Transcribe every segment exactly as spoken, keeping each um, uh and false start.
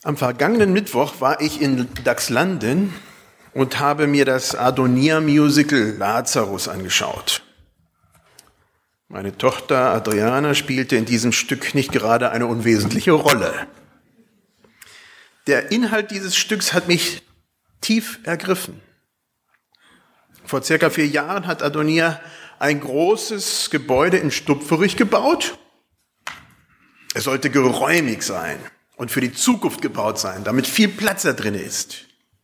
Am vergangenen Mittwoch war ich in Dachslanden und habe mir das Adonia-Musical Lazarus angeschaut. Meine Tochter Adriana spielte in diesem Stück nicht gerade eine unwesentliche Rolle. Der Inhalt dieses Stücks hat mich tief ergriffen. Vor circa vier Jahren hat Adonia ein großes Gebäude in Stupferich gebaut. Es sollte geräumig sein und für die Zukunft gebaut sein, damit viel Platz da drin ist.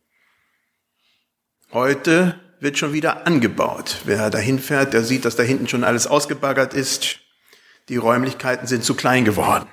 Heute wird schon wieder angebaut. Wer dahin fährt, der sieht, dass da hinten schon alles ausgebaggert ist. Die Räumlichkeiten sind zu klein geworden.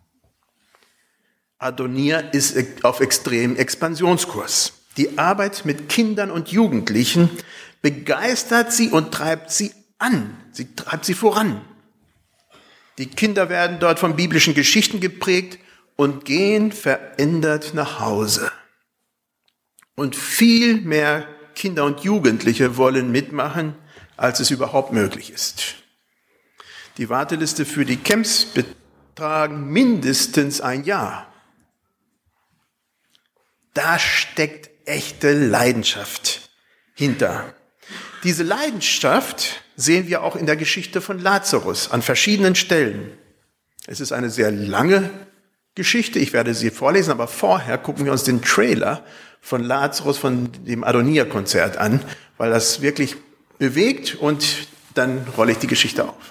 Adonia ist auf extremem Expansionskurs. Die Arbeit mit Kindern und Jugendlichen begeistert sie und treibt sie an. Sie treibt sie voran. Die Kinder werden dort von biblischen Geschichten geprägt und gehen verändert nach Hause. Und viel mehr Kinder und Jugendliche wollen mitmachen, als es überhaupt möglich ist. Die Warteliste für die Camps betragen mindestens ein Jahr. Da steckt echte Leidenschaft hinter. Diese Leidenschaft sehen wir auch in der Geschichte von Lazarus an verschiedenen Stellen. Es ist eine sehr lange Geschichte, ich werde sie vorlesen, aber vorher gucken wir uns den Trailer von Lazarus, von dem Adonia-Konzert an, weil das wirklich bewegt, und dann rolle ich die Geschichte auf.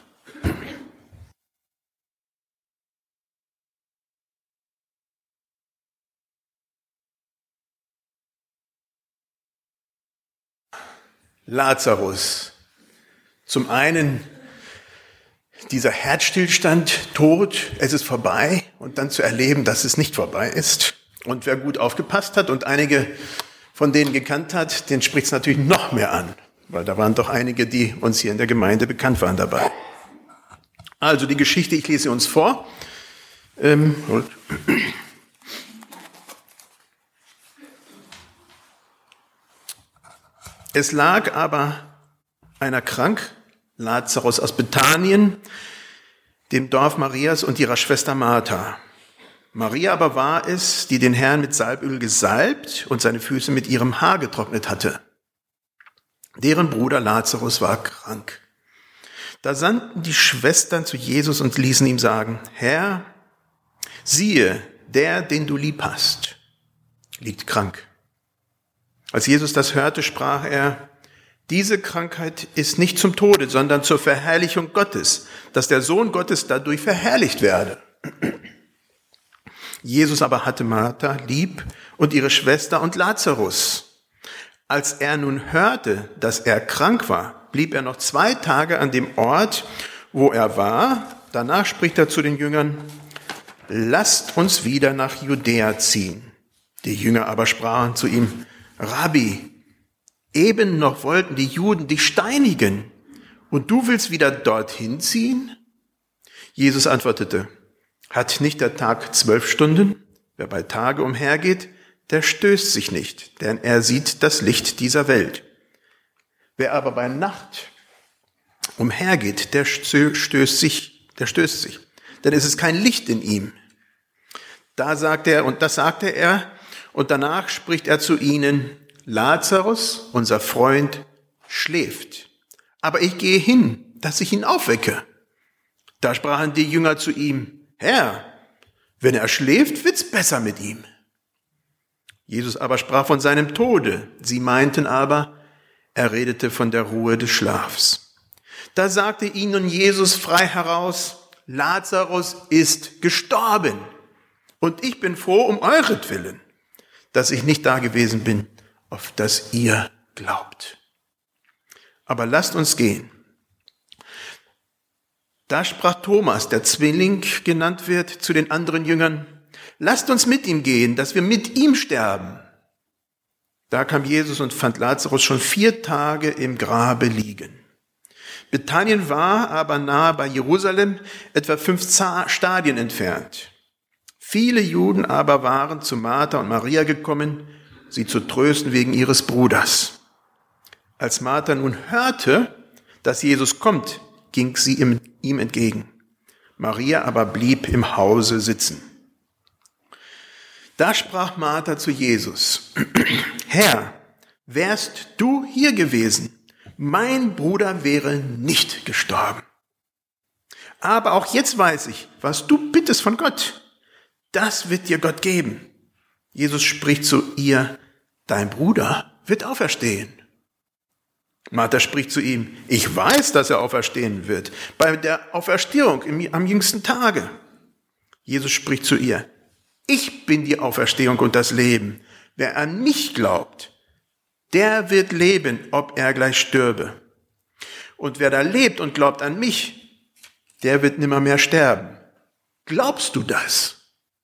Lazarus. Zum einen dieser Herzstillstand, Tod, es ist vorbei, und dann zu erleben, dass es nicht vorbei ist. Und wer gut aufgepasst hat und einige von denen gekannt hat, den spricht es natürlich noch mehr an, weil da waren doch einige, die uns hier in der Gemeinde bekannt waren dabei. Also die Geschichte, ich lese sie uns vor. Ähm, Es lag aber einer krank, Lazarus aus Bethanien, dem Dorf Marias und ihrer Schwester Martha. Maria aber war es, die den Herrn mit Salböl gesalbt und seine Füße mit ihrem Haar getrocknet hatte. Deren Bruder Lazarus war krank. Da sandten die Schwestern zu Jesus und ließen ihm sagen: Herr, siehe, der, den du lieb hast, liegt krank. Als Jesus das hörte, sprach er: Diese Krankheit ist nicht zum Tode, sondern zur Verherrlichung Gottes, dass der Sohn Gottes dadurch verherrlicht werde. Jesus aber hatte Martha lieb und ihre Schwester und Lazarus. Als er nun hörte, dass er krank war, blieb er noch zwei Tage an dem Ort, wo er war. Danach spricht er zu den Jüngern: Lasst uns wieder nach Judäa ziehen. Die Jünger aber sprachen zu ihm: Rabbi, eben noch wollten die Juden dich steinigen, und du willst wieder dorthin ziehen? Jesus antwortete: Hat nicht der Tag zwölf Stunden? Wer bei Tage umhergeht, der stößt sich nicht, denn er sieht das Licht dieser Welt. Wer aber bei Nacht umhergeht, der stößt sich, der stößt sich, denn es ist kein Licht in ihm. Da sagt er, und das sagte er, und danach spricht er zu ihnen: Lazarus, unser Freund, schläft. Aber ich gehe hin, dass ich ihn aufwecke. Da sprachen die Jünger zu ihm: Herr, wenn er schläft, wird's besser mit ihm. Jesus aber sprach von seinem Tode. Sie meinten aber, er redete von der Ruhe des Schlafs. Da sagte ihnen Jesus frei heraus: Lazarus ist gestorben. Und ich bin froh um euretwillen, dass ich nicht da gewesen bin, auf das ihr glaubt. Aber lasst uns gehen. Da sprach Thomas, der Zwilling genannt wird, zu den anderen Jüngern: Lasst uns mit ihm gehen, dass wir mit ihm sterben. Da kam Jesus und fand Lazarus schon vier Tage im Grabe liegen. Bethanien war aber nahe bei Jerusalem, etwa fünf Stadien entfernt. Viele Juden aber waren zu Martha und Maria gekommen, sie zu trösten wegen ihres Bruders. Als Martha nun hörte, dass Jesus kommt, ging sie ihm entgegen. Maria aber blieb im Hause sitzen. Da sprach Martha zu Jesus: Herr, wärst du hier gewesen, mein Bruder wäre nicht gestorben. Aber auch jetzt weiß ich, was du bittest von Gott, das wird dir Gott geben. Jesus spricht zu ihr: Dein Bruder wird auferstehen. Martha spricht zu ihm: Ich weiß, dass er auferstehen wird, bei der Auferstehung im, am jüngsten Tage. Jesus spricht zu ihr: Ich bin die Auferstehung und das Leben. Wer an mich glaubt, der wird leben, ob er gleich stürbe. Und wer da lebt und glaubt an mich, der wird nimmermehr sterben. Glaubst du das?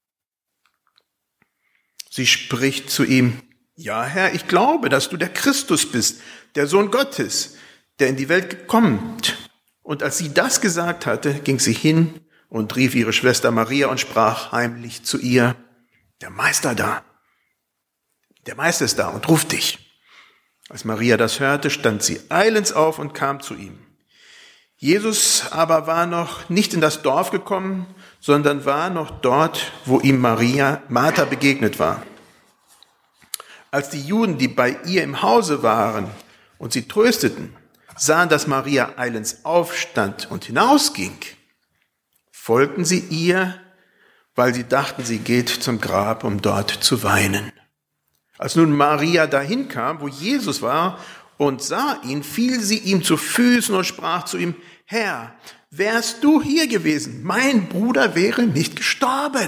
Sie spricht zu ihm: Ja, Herr, ich glaube, dass du der Christus bist, der Sohn Gottes, der in die Welt kommt. Und als sie das gesagt hatte, ging sie hin und rief ihre Schwester Maria und sprach heimlich zu ihr: Der Meister da, der Meister ist da und ruft dich. Als Maria das hörte, stand sie eilends auf und kam zu ihm. Jesus aber war noch nicht in das Dorf gekommen, sondern war noch dort, wo ihm Maria, Martha begegnet war. Als die Juden, die bei ihr im Hause waren und sie trösteten, sahen, dass Maria eilends aufstand und hinausging, folgten sie ihr, weil sie dachten, sie geht zum Grab, um dort zu weinen. Als nun Maria dahin kam, wo Jesus war, und sah ihn, fiel sie ihm zu Füßen und sprach zu ihm: Herr, wärst du hier gewesen, mein Bruder wäre nicht gestorben.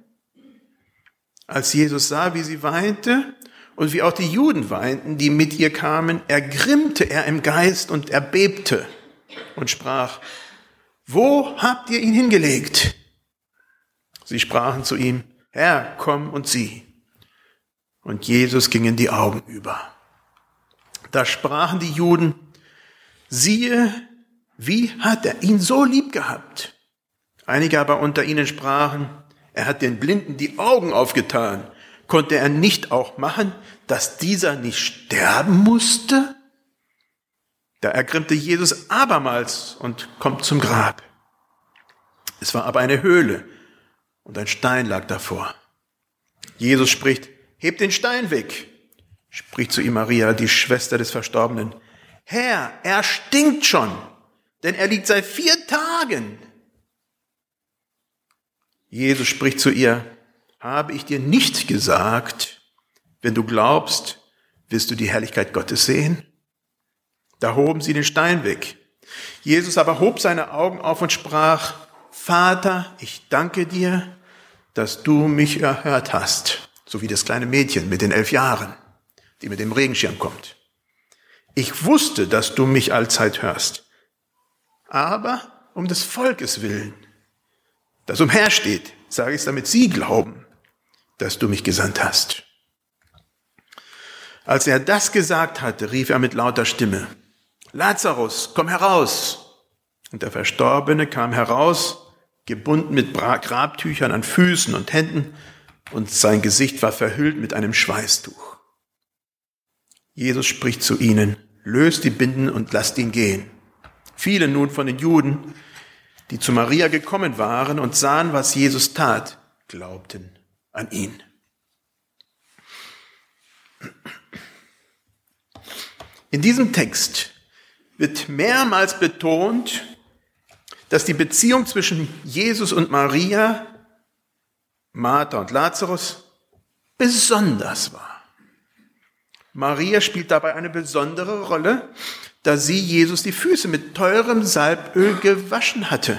Als Jesus sah, wie sie weinte und wie auch die Juden weinten, die mit ihr kamen, ergrimmte er im Geist und erbebte und sprach: Wo habt ihr ihn hingelegt? Sie sprachen zu ihm: Herr, komm und sieh. Und Jesus ging in die Augen über. Da sprachen die Juden: Siehe, wie hat er ihn so lieb gehabt? Einige aber unter ihnen sprachen: Er hat den Blinden die Augen aufgetan. Konnte er nicht auch machen, dass dieser nicht sterben musste? Da ergrimmte Jesus abermals und kommt zum Grab. Es war aber eine Höhle und ein Stein lag davor. Jesus spricht: Hebt den Stein weg. Spricht zu ihm Maria, die Schwester des Verstorbenen: Herr, er stinkt schon, denn er liegt seit vier Tagen. Jesus spricht zu ihr: Habe ich dir nicht gesagt, wenn du glaubst, wirst du die Herrlichkeit Gottes sehen? Da hoben sie den Stein weg. Jesus aber hob seine Augen auf und sprach: Vater, ich danke dir, dass du mich erhört hast. So wie das kleine Mädchen mit den elf Jahren, die mit dem Regenschirm kommt. Ich wusste, dass du mich allzeit hörst. Aber um des Volkes willen, das umhersteht, sage ich es, damit sie glauben, dass du mich gesandt hast. Als er das gesagt hatte, rief er mit lauter Stimme: Lazarus, komm heraus! Und der Verstorbene kam heraus, gebunden mit Grabtüchern an Füßen und Händen, und sein Gesicht war verhüllt mit einem Schweißtuch. Jesus spricht zu ihnen: Löst die Binden und lasst ihn gehen. Viele nun von den Juden, die zu Maria gekommen waren und sahen, was Jesus tat, glaubten an ihn. In diesem Text wird mehrmals betont, dass die Beziehung zwischen Jesus und Maria, Martha und Lazarus besonders war. Maria spielt dabei eine besondere Rolle, da sie Jesus die Füße mit teurem Salböl gewaschen hatte.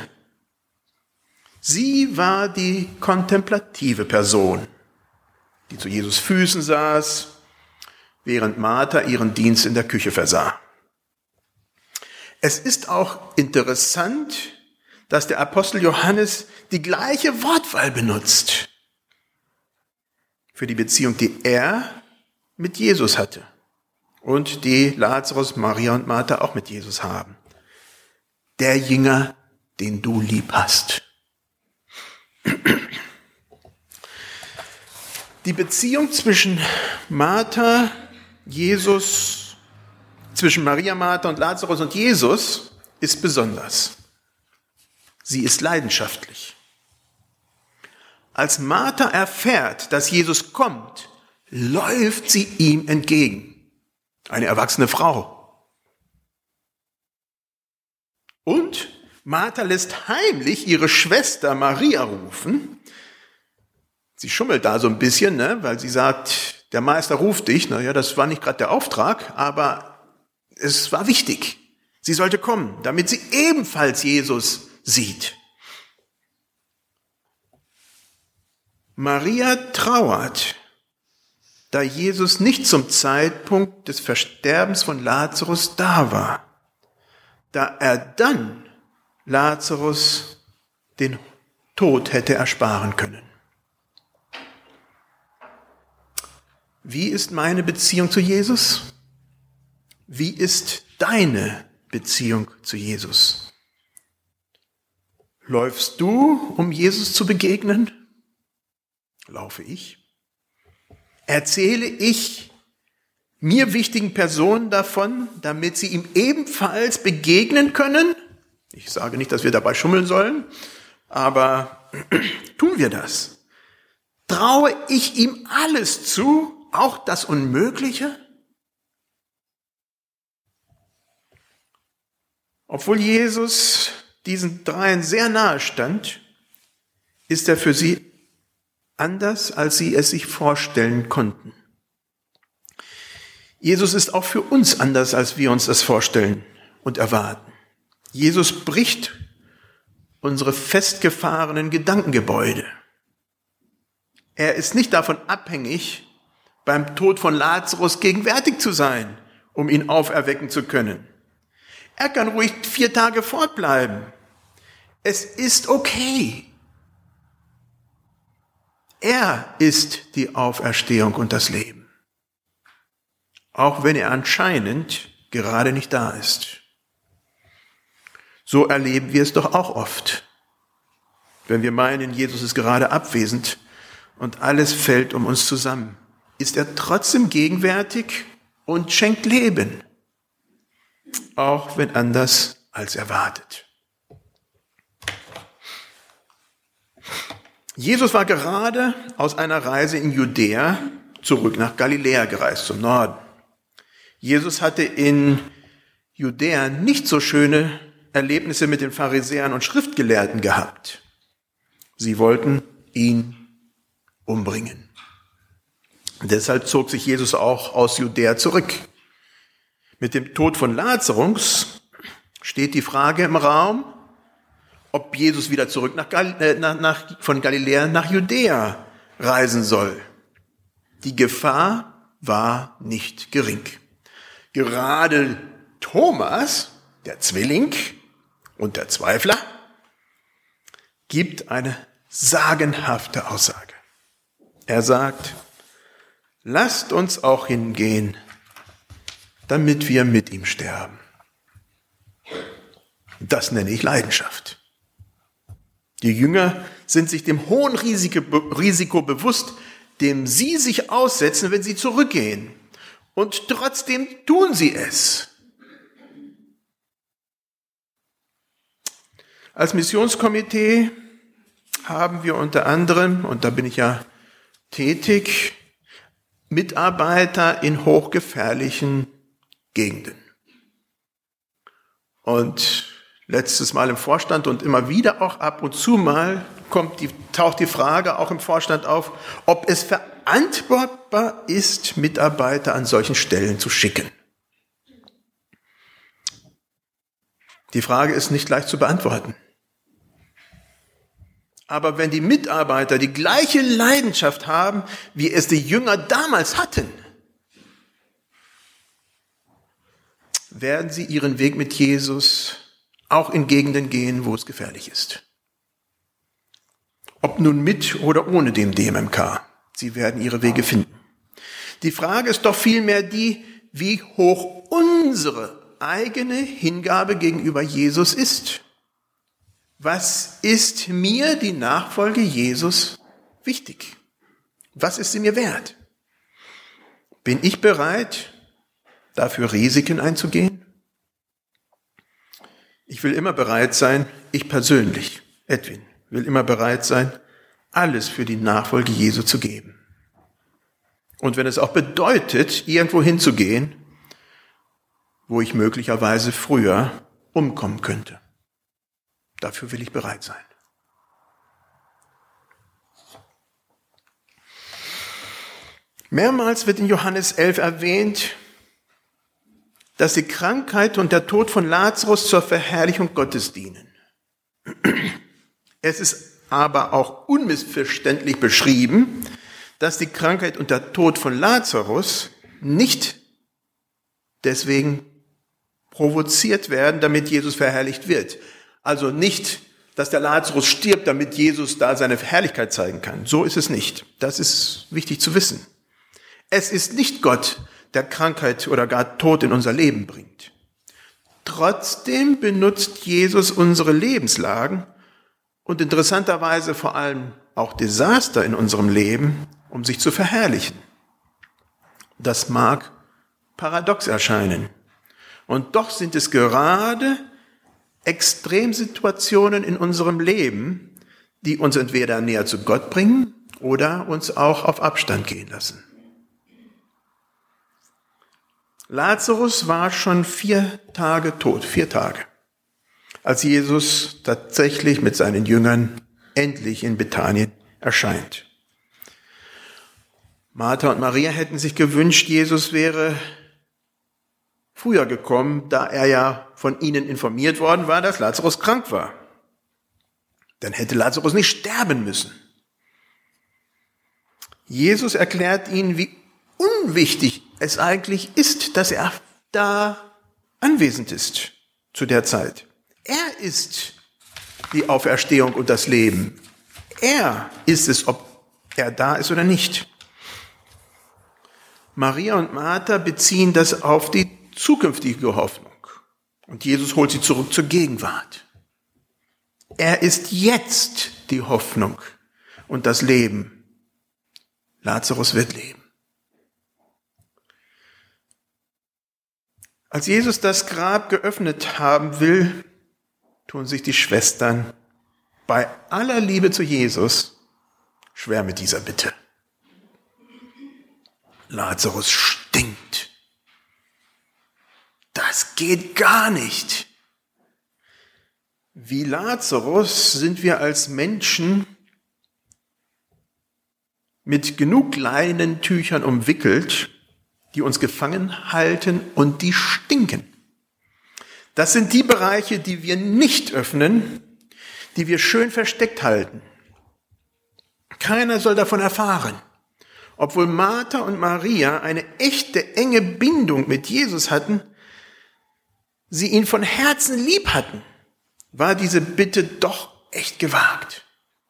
Sie war die kontemplative Person, die zu Jesus Füßen saß, während Martha ihren Dienst in der Küche versah. Es ist auch interessant, dass der Apostel Johannes die gleiche Wortwahl benutzt für die Beziehung, die er mit Jesus hatte und die Lazarus, Maria und Martha auch mit Jesus haben. Der Jünger, den du lieb hast. Die Beziehung zwischen Martha, Jesus, zwischen Maria, Martha und Lazarus und Jesus ist besonders. Sie ist leidenschaftlich. Als Martha erfährt, dass Jesus kommt, läuft sie ihm entgegen. Eine erwachsene Frau. Und Martha lässt heimlich ihre Schwester Maria rufen. Sie schummelt da so ein bisschen, ne, weil sie sagt, der Meister ruft dich. Naja, das war nicht gerade der Auftrag, aber es war wichtig. Sie sollte kommen, damit sie ebenfalls Jesus sieht. Maria trauert, da Jesus nicht zum Zeitpunkt des Versterbens von Lazarus da war, da er dann Lazarus den Tod hätte ersparen können. Wie ist meine Beziehung zu Jesus? Wie ist deine Beziehung zu Jesus? Läufst du, um Jesus zu begegnen? Laufe ich? Erzähle ich mir wichtigen Personen davon, damit sie ihm ebenfalls begegnen können? Ich sage nicht, dass wir dabei schummeln sollen, aber tun wir das? Traue ich ihm alles zu, auch das Unmögliche? Obwohl Jesus diesen dreien sehr nahe stand, ist er für sie anders, als sie es sich vorstellen konnten. Jesus ist auch für uns anders, als wir uns das vorstellen und erwarten. Jesus bricht unsere festgefahrenen Gedankengebäude. Er ist nicht davon abhängig, beim Tod von Lazarus gegenwärtig zu sein, um ihn auferwecken zu können. Er kann ruhig vier Tage fortbleiben. Es ist okay. Er ist die Auferstehung und das Leben. Auch wenn er anscheinend gerade nicht da ist. So erleben wir es doch auch oft, wenn wir meinen, Jesus ist gerade abwesend und alles fällt um uns zusammen. Ist er trotzdem gegenwärtig und schenkt Leben, auch wenn anders als erwartet. Jesus war gerade aus einer Reise in Judäa zurück nach Galiläa gereist, zum Norden. Jesus hatte in Judäa nicht so schöne Erlebnisse mit den Pharisäern und Schriftgelehrten gehabt. Sie wollten ihn umbringen. Deshalb zog sich Jesus auch aus Judäa zurück. Mit dem Tod von Lazarus steht die Frage im Raum, ob Jesus wieder zurück nach Gal- äh, nach, nach, von Galiläa nach Judäa reisen soll. Die Gefahr war nicht gering. Gerade Thomas, der Zwilling und der Zweifler, gibt eine sagenhafte Aussage. Er sagt, lasst uns auch hingehen, damit wir mit ihm sterben. Das nenne ich Leidenschaft. Die Jünger sind sich dem hohen Risiko bewusst, dem sie sich aussetzen, wenn sie zurückgehen. Und trotzdem tun sie es. Als Missionskomitee haben wir unter anderem, und da bin ich ja tätig, Mitarbeiter in hochgefährlichen Gegenden. Und letztes Mal im Vorstand und immer wieder auch ab und zu mal kommt die, taucht die Frage auch im Vorstand auf, ob es verantwortbar ist, Mitarbeiter an solchen Stellen zu schicken. Die Frage ist nicht leicht zu beantworten. Aber wenn die Mitarbeiter die gleiche Leidenschaft haben, wie es die Jünger damals hatten, werden sie ihren Weg mit Jesus auch in Gegenden gehen, wo es gefährlich ist. Ob nun mit oder ohne dem D M M K, sie werden ihre Wege finden. Die Frage ist doch vielmehr die, wie hoch unsere eigene Hingabe gegenüber Jesus ist. Was ist mir die Nachfolge Jesus wichtig? Was ist sie mir wert? Bin ich bereit, dafür Risiken einzugehen? Ich will immer bereit sein, ich persönlich, Edwin, will immer bereit sein, alles für die Nachfolge Jesu zu geben. Und wenn es auch bedeutet, irgendwo hinzugehen, wo ich möglicherweise früher umkommen könnte. Dafür will ich bereit sein. Mehrmals wird in Johannes elf erwähnt, dass die Krankheit und der Tod von Lazarus zur Verherrlichung Gottes dienen. Es ist aber auch unmissverständlich beschrieben, dass die Krankheit und der Tod von Lazarus nicht deswegen provoziert werden, damit Jesus verherrlicht wird. Also nicht, dass der Lazarus stirbt, damit Jesus da seine Herrlichkeit zeigen kann. So ist es nicht. Das ist wichtig zu wissen. Es ist nicht Gott, der Krankheit oder gar Tod in unser Leben bringt. Trotzdem benutzt Jesus unsere Lebenslagen und interessanterweise vor allem auch Desaster in unserem Leben, um sich zu verherrlichen. Das mag paradox erscheinen. Und doch sind es gerade Extremsituationen in unserem Leben, die uns entweder näher zu Gott bringen oder uns auch auf Abstand gehen lassen. Lazarus war schon vier Tage tot, vier Tage, als Jesus tatsächlich mit seinen Jüngern endlich in Bethanien erscheint. Martha und Maria hätten sich gewünscht, Jesus wäre früher gekommen, da er ja von ihnen informiert worden war, dass Lazarus krank war. Dann hätte Lazarus nicht sterben müssen. Jesus erklärt ihnen, wie unwichtig es eigentlich ist, dass er da anwesend ist zu der Zeit. Er ist die Auferstehung und das Leben. Er ist es, ob er da ist oder nicht. Maria und Martha beziehen das auf die zukünftige Hoffnung. Und Jesus holt sie zurück zur Gegenwart. Er ist jetzt die Hoffnung und das Leben. Lazarus wird leben. Als Jesus das Grab geöffnet haben will, tun sich die Schwestern bei aller Liebe zu Jesus schwer mit dieser Bitte. Lazarus stinkt. Das geht gar nicht. Wie Lazarus sind wir als Menschen mit genug Leinentüchern umwickelt, die uns gefangen halten und die stinken. Das sind die Bereiche, die wir nicht öffnen, die wir schön versteckt halten. Keiner soll davon erfahren. Obwohl Martha und Maria eine echte, enge Bindung mit Jesus hatten, sie ihn von Herzen lieb hatten, war diese Bitte doch echt gewagt.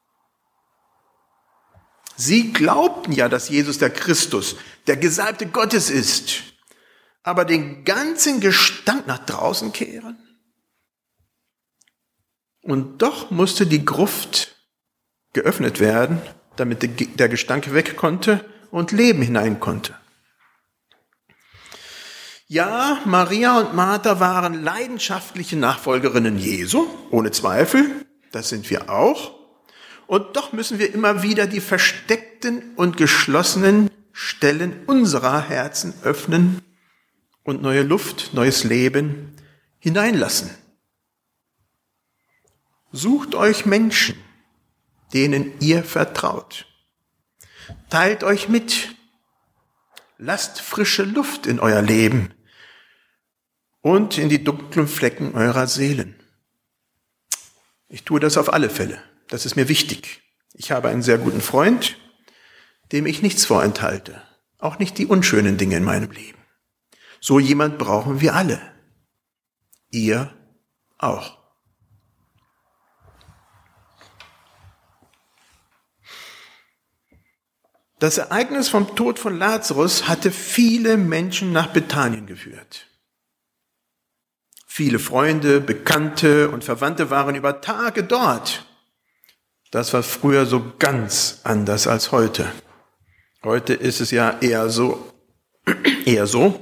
Sie glaubten ja, dass Jesus der Christus, der Gesalbte Gottes ist, aber den ganzen Gestank nach draußen kehren. Und doch musste die Gruft geöffnet werden, damit der Gestank weg konnte und Leben hinein konnte. Ja, Maria und Martha waren leidenschaftliche Nachfolgerinnen Jesu, ohne Zweifel, das sind wir auch. Und doch müssen wir immer wieder die versteckten und geschlossenen Stellen unserer Herzen öffnen und neue Luft, neues Leben hineinlassen. Sucht euch Menschen, denen ihr vertraut. Teilt euch mit. Lasst frische Luft in euer Leben und in die dunklen Flecken eurer Seelen. Ich tue das auf alle Fälle. Das ist mir wichtig. Ich habe einen sehr guten Freund, dem ich nichts vorenthalte. Auch nicht die unschönen Dinge in meinem Leben. So jemand brauchen wir alle. Ihr auch. Das Ereignis vom Tod von Lazarus hatte viele Menschen nach Bethanien geführt. Viele Freunde, Bekannte und Verwandte waren über Tage dort. Das war früher so ganz anders als heute. Heute ist es ja eher so, eher so,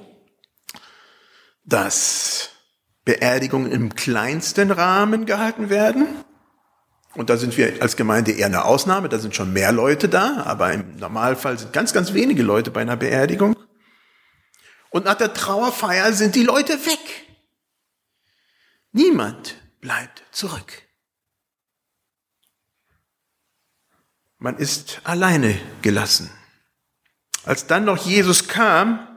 dass Beerdigungen im kleinsten Rahmen gehalten werden Und da sind wir als Gemeinde eher eine Ausnahme, da sind schon mehr Leute da, aber im Normalfall sind ganz, ganz wenige Leute bei einer Beerdigung. Und nach der Trauerfeier sind die Leute weg. Niemand bleibt zurück. Man ist alleine gelassen. Als dann noch Jesus kam,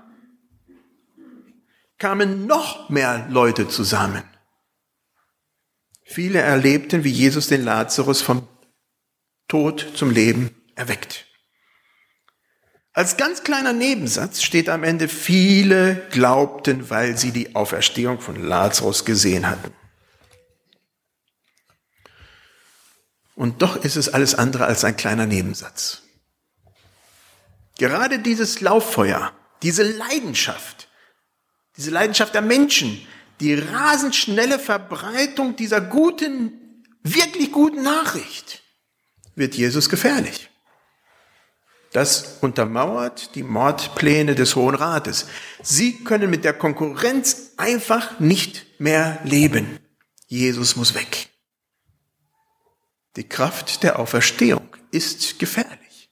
kamen noch mehr Leute zusammen. Viele erlebten, wie Jesus den Lazarus vom Tod zum Leben erweckt. Als ganz kleiner Nebensatz steht am Ende, viele glaubten, weil sie die Auferstehung von Lazarus gesehen hatten. Und doch ist es alles andere als ein kleiner Nebensatz. Gerade dieses Lauffeuer, diese Leidenschaft, diese Leidenschaft der Menschen, die rasend schnelle Verbreitung dieser guten, wirklich guten Nachricht wird Jesus gefährlich. Das untermauert die Mordpläne des Hohen Rates. Sie können mit der Konkurrenz einfach nicht mehr leben. Jesus muss weg. Die Kraft der Auferstehung ist gefährlich.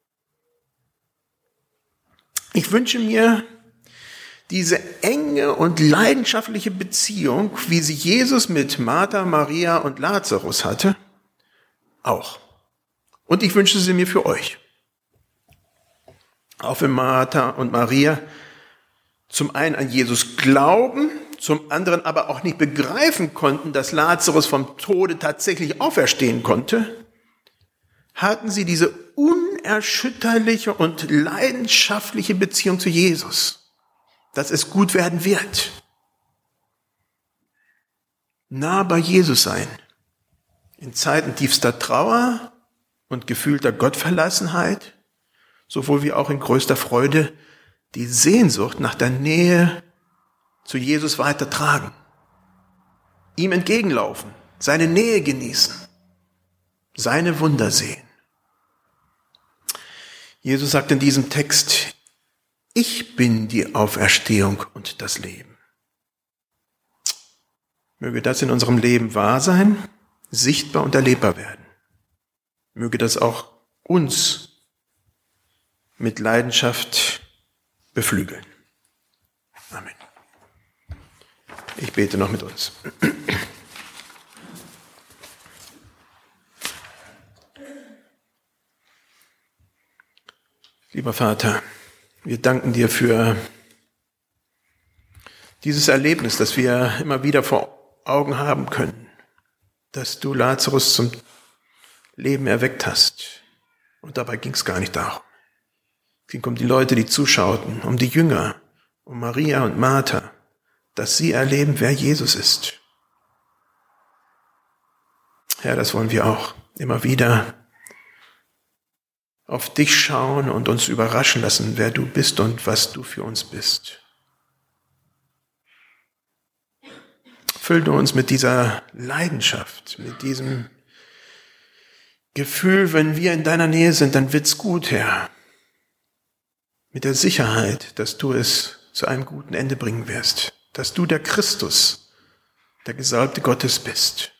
Ich wünsche mir diese enge und leidenschaftliche Beziehung, wie sie Jesus mit Martha, Maria und Lazarus hatte, auch. Und ich wünsche sie mir für euch. Auch wenn Martha und Maria zum einen an Jesus glauben, zum anderen aber auch nicht begreifen konnten, dass Lazarus vom Tode tatsächlich auferstehen konnte, hatten sie diese unerschütterliche und leidenschaftliche Beziehung zu Jesus, dass es gut werden wird. Nah bei Jesus sein, in Zeiten tiefster Trauer und gefühlter Gottverlassenheit, sowohl wie auch in größter Freude, die Sehnsucht nach der Nähe zu Jesus weitertragen, ihm entgegenlaufen, seine Nähe genießen, seine Wunder sehen. Jesus sagt in diesem Text, ich bin die Auferstehung und das Leben. Möge das in unserem Leben wahr sein, sichtbar und erlebbar werden. Möge das auch uns mit Leidenschaft beflügeln. Amen. Ich bete noch mit uns. Lieber Vater, wir danken dir für dieses Erlebnis, das wir immer wieder vor Augen haben können, dass du Lazarus zum Leben erweckt hast. Und dabei ging es gar nicht darum. Es ging um die Leute, die zuschauten, um die Jünger, um Maria und Martha, dass sie erleben, wer Jesus ist. Herr, das wollen wir auch immer wieder auf dich schauen und uns überraschen lassen, wer du bist und was du für uns bist. Füll du uns mit dieser Leidenschaft, mit diesem Gefühl, wenn wir in deiner Nähe sind, dann wird's gut, Herr. Mit der Sicherheit, dass du es zu einem guten Ende bringen wirst, dass du der Christus, der Gesalbte Gottes bist.